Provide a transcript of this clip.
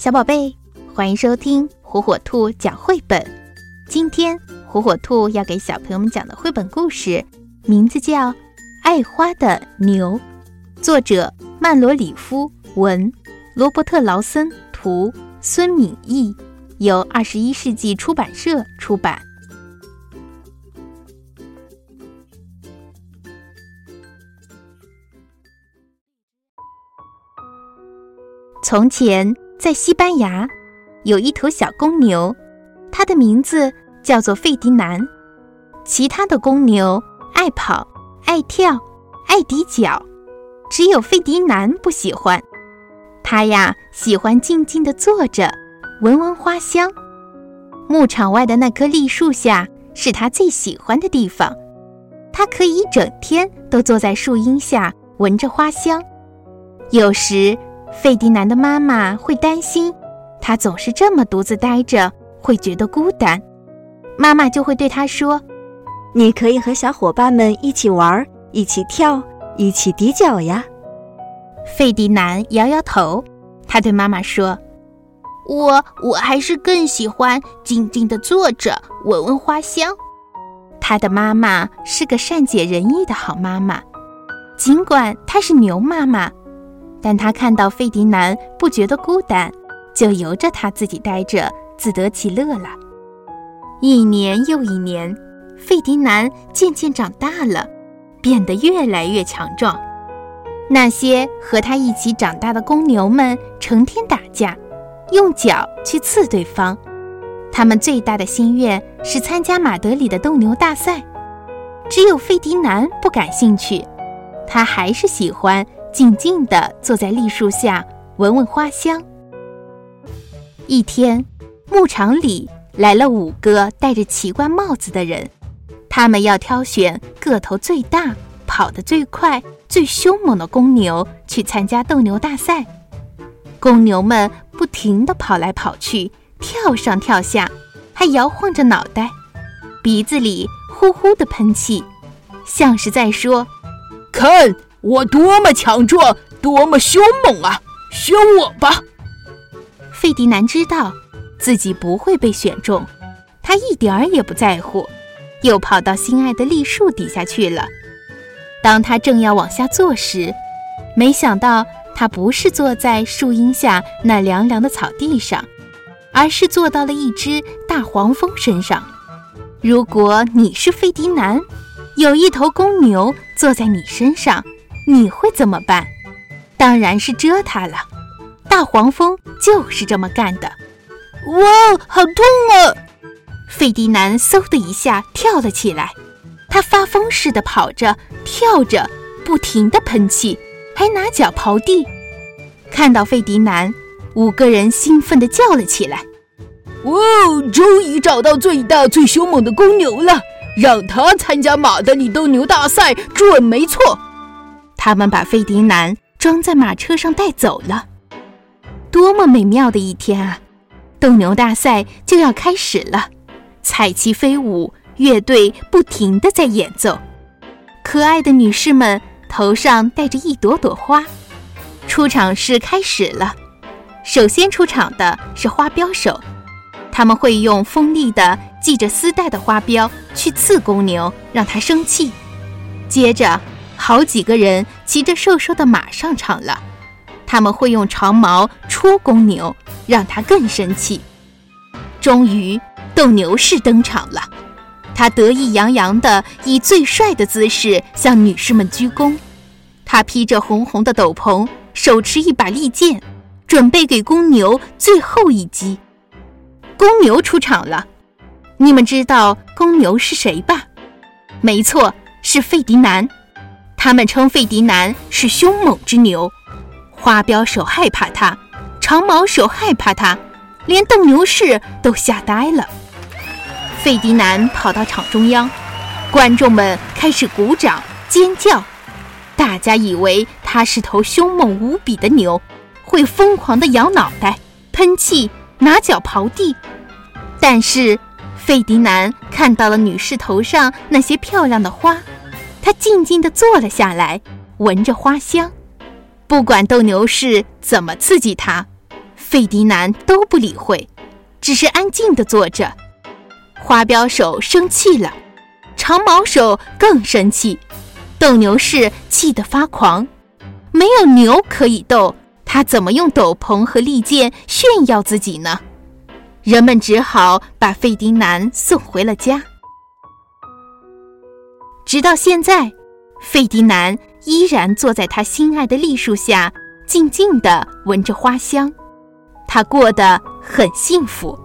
小宝贝，欢迎收听火火兔讲绘本。今天火火兔要给小朋友们讲的绘本故事名字叫《爱花的牛》，作者曼罗里夫文，罗伯特劳森图，孙敏译，由21世纪出版社出版。从前在西班牙有一头小公牛，它的名字叫做费迪南。其他的公牛爱跑、爱跳、爱抵脚，只有费迪南不喜欢。他呀，喜欢静静地坐着，闻闻花香。牧场外的那棵栗树下是他最喜欢的地方，他可以一整天都坐在树荫下闻着花香。有时费迪南的妈妈会担心他总是这么独自待着，会觉得孤单。妈妈就会对他说， 你可以和小伙伴们一起玩，一起跳，一起抵脚呀。 费迪南摇摇头，他对妈妈说，我还是更喜欢静静地坐着，闻闻花香。他的妈妈是个善解人意的好妈妈，尽管她是牛妈妈，但她看到费迪南不觉得孤单，就由着他自己待着，自得其乐了。一年又一年，费迪南渐渐长大了，变得越来越强壮。那些和他一起长大的公牛们成天打架，用脚去刺对方。他们最大的心愿是参加马德里的斗牛大赛。只有费迪南不感兴趣，他还是喜欢静静地坐在栗树下闻闻花香。一天，牧场里来了5个戴着奇怪帽子的人，他们要挑选个头最大、跑得最快、最凶猛的公牛去参加斗牛大赛。公牛们不停地跑来跑去，跳上跳下，还摇晃着脑袋，鼻子里呼呼地喷气，像是在说， 看我多么强壮，多么凶猛啊，选我吧。 费迪南知道自己不会被选中，他一点儿也不在乎，又跑到心爱的栗树底下去了。当他正要往下坐时，没想到他不是坐在树荫下那凉凉的草地上，而是坐到了一只大黄蜂身上。如果你是费迪南，有一头公牛坐在你身上，你会怎么办？当然是蛰它了。大黄蜂就是这么干的。 哇，好痛啊！ 费迪南嗖的一下跳了起来，他发疯似的跑着跳着，不停地喷气，还拿脚刨地。看到费迪南，5个人兴奋地叫了起来， 哇，终于找到最大最凶猛的公牛了，让他参加马德里斗牛大赛准没错。 他们把费迪南装在马车上带走了。多么美妙的一天啊！斗牛大赛就要开始了，彩旗飞舞，乐队不停地在演奏。可爱的女士们头上戴着一朵朵花。出场式开始了，首先出场的是花镖手，他们会用锋利的系着丝带的花镖去刺公牛，让它生气。接着好几个人骑着瘦瘦的马上场了，他们会用长矛戳公牛，让它更生气。终于斗牛士登场了，他得意洋洋地以最帅的姿势向女士们鞠躬。他披着红红的斗篷，手持一把利剑，准备给公牛最后一击。公牛出场了，你们知道公牛是谁吧？没错，是费迪南。他们称费迪南是凶猛之牛，花镖手害怕他，长矛手害怕他，连斗牛士都吓呆了。费迪南跑到场中央，观众们开始鼓掌尖叫，大家以为他是头凶猛无比的牛，会疯狂地摇脑袋、喷气、拿脚刨地。但是费迪南看到了女士头上那些漂亮的花，他静静地坐了下来，闻着花香。不管斗牛士怎么刺激他， 费迪南都不理会，只是安静地坐着。花镖手生气了，长毛手更生气，斗牛士气得发狂。没有牛可以斗，他怎么用斗篷和利剑炫耀自己呢？人们只好把费迪南送回了家。直到现在，费迪南依然坐在他心爱的栗树下，静静地闻着花香。他过得很幸福。